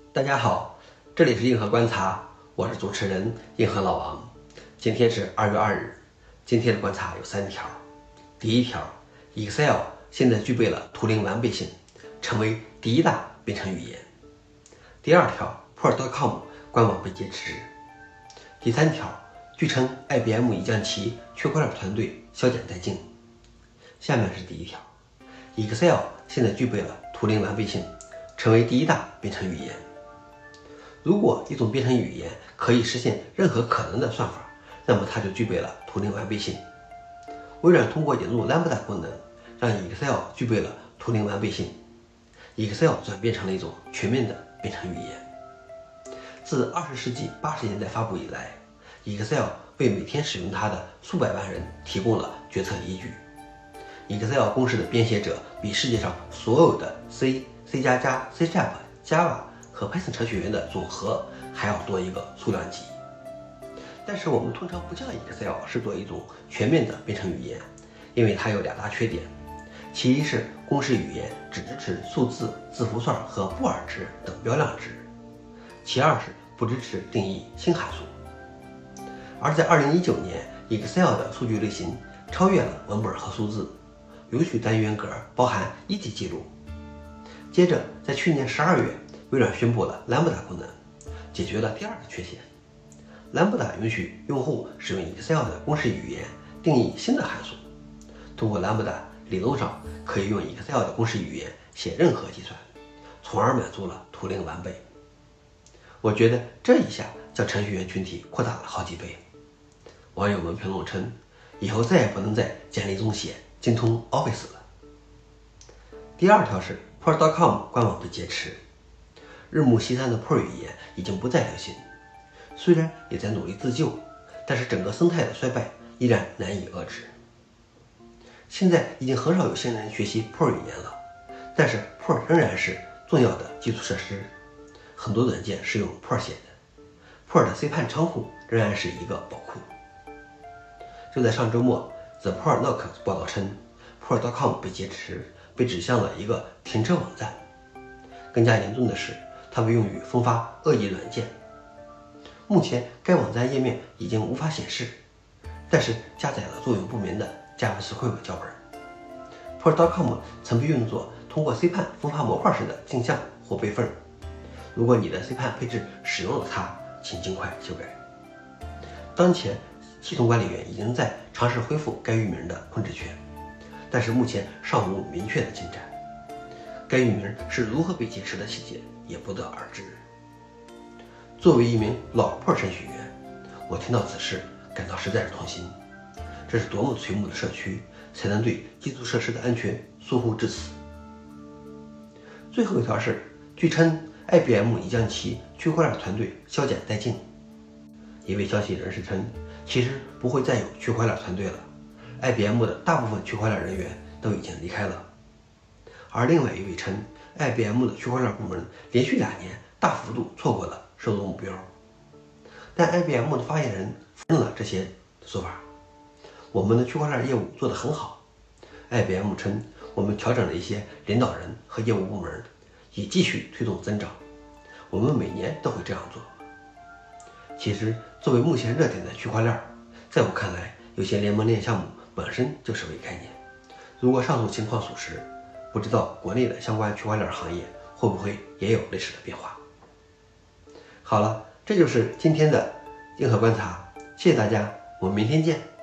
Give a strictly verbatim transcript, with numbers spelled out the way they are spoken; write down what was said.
大家好，这里是硬核观察，我是主持人硬核老王。今天是二月二日，今天的观察有三条。第一条 ，Excel 现在具备了图灵完备性，成为第一大编程语言。第二条 ，Port 点 com 官网被劫持。第三条，据称 I B M 已将其区块链团队削减殆尽。下面是第一条 ，Excel 现在具备了图灵完备性，成为第一大编程语言。如果一种编程语言可以实现任何可能的算法，那么它就具备了图灵完备性。微软通过引入 Lambda 功能，让 Excel 具备了图灵完备性。Excel 转变成了一种全面的编程语言。自二十世纪八十年代发布以来， Excel 为每天使用它的数百万人提供了决策依据。Excel 公式的编写者比世界上所有的 C、C++、C Sharp、Java 和 Python 程序员的总和还要多一个数量级。但是我们通常不将 Excel 视作一种全面的编程语言，因为它有两大缺点。其一是公式语言只支持数字、字符串和布尔值等标量值，其二是不支持定义新函数。而在二零一九年 Excel 的数据类型超越了文本和数字，允许单元格包含一级记录。接着在去年十二月，微软宣布了 Lambda 功能，解决了第二个缺陷。Lambda 允许用户使用 Excel 的公式语言定义新的函数。通过 Lambda， 理论上可以用 Excel 的公式语言写任何计算，从而满足了图灵完备。我觉得这一下将程序员群体扩大了好几倍。网友们评论称，以后再也不能在简历中写精通 Office 了。第二条是 Port 点 com 官网被劫持。日暮西山的 Port 语言已经不再流行，虽然也在努力自救，但是整个生态的衰败依然难以遏制。现在已经很少有新人学习 Port 语言了，但是 Port 仍然是重要的基础设施，很多软件是用 Port 写的。Port 的 C 盘仓库仍然是一个宝库。就在上周末 The Portnox 报道称 Port 点 com 被劫持，被指向了一个停车网站。更加严重的是，它被用于分发恶意软件。目前该网站页面已经无法显示，但是加载了作用不明的 JavaScript 脚本。Port 点 com 曾被用作通过 C 盘分发模块时的镜像或备份。如果你的 C 盘配置使用了它，请尽快修改。当前系统管理员已经在尝试恢复该域名的控制权，但是目前尚无明确的进展。该域名是如何被劫持的细节也不得而知。作为一名老 Port 程序员，我听到此事感到实在是痛心。这是多么垂暮的社区，才能对基础设施的安全疏忽至此。最后一条是，据称 I B M 已将其区块链团队削减殆尽。一位消息人士称，其实不会再有区块链团队了， I B M 的大部分区块链人员都已经离开了。而另外一位称 I B M 的区块链部门连续两年大幅度错过了收入目标，但 I B M 的发言人否认了这些说法。我们的区块链业务做得很好， I B M 称我们调整了一些领导人和业务部门，也继续推动增长，我们每年都会这样做。其实作为目前热点的区块链，在我看来，有些联盟链项目本身就是伪概念。如果上述情况属实，不知道国内的相关区块链行业会不会也有类似的变化。好了，这就是今天的硬核观察，谢谢大家，我们明天见。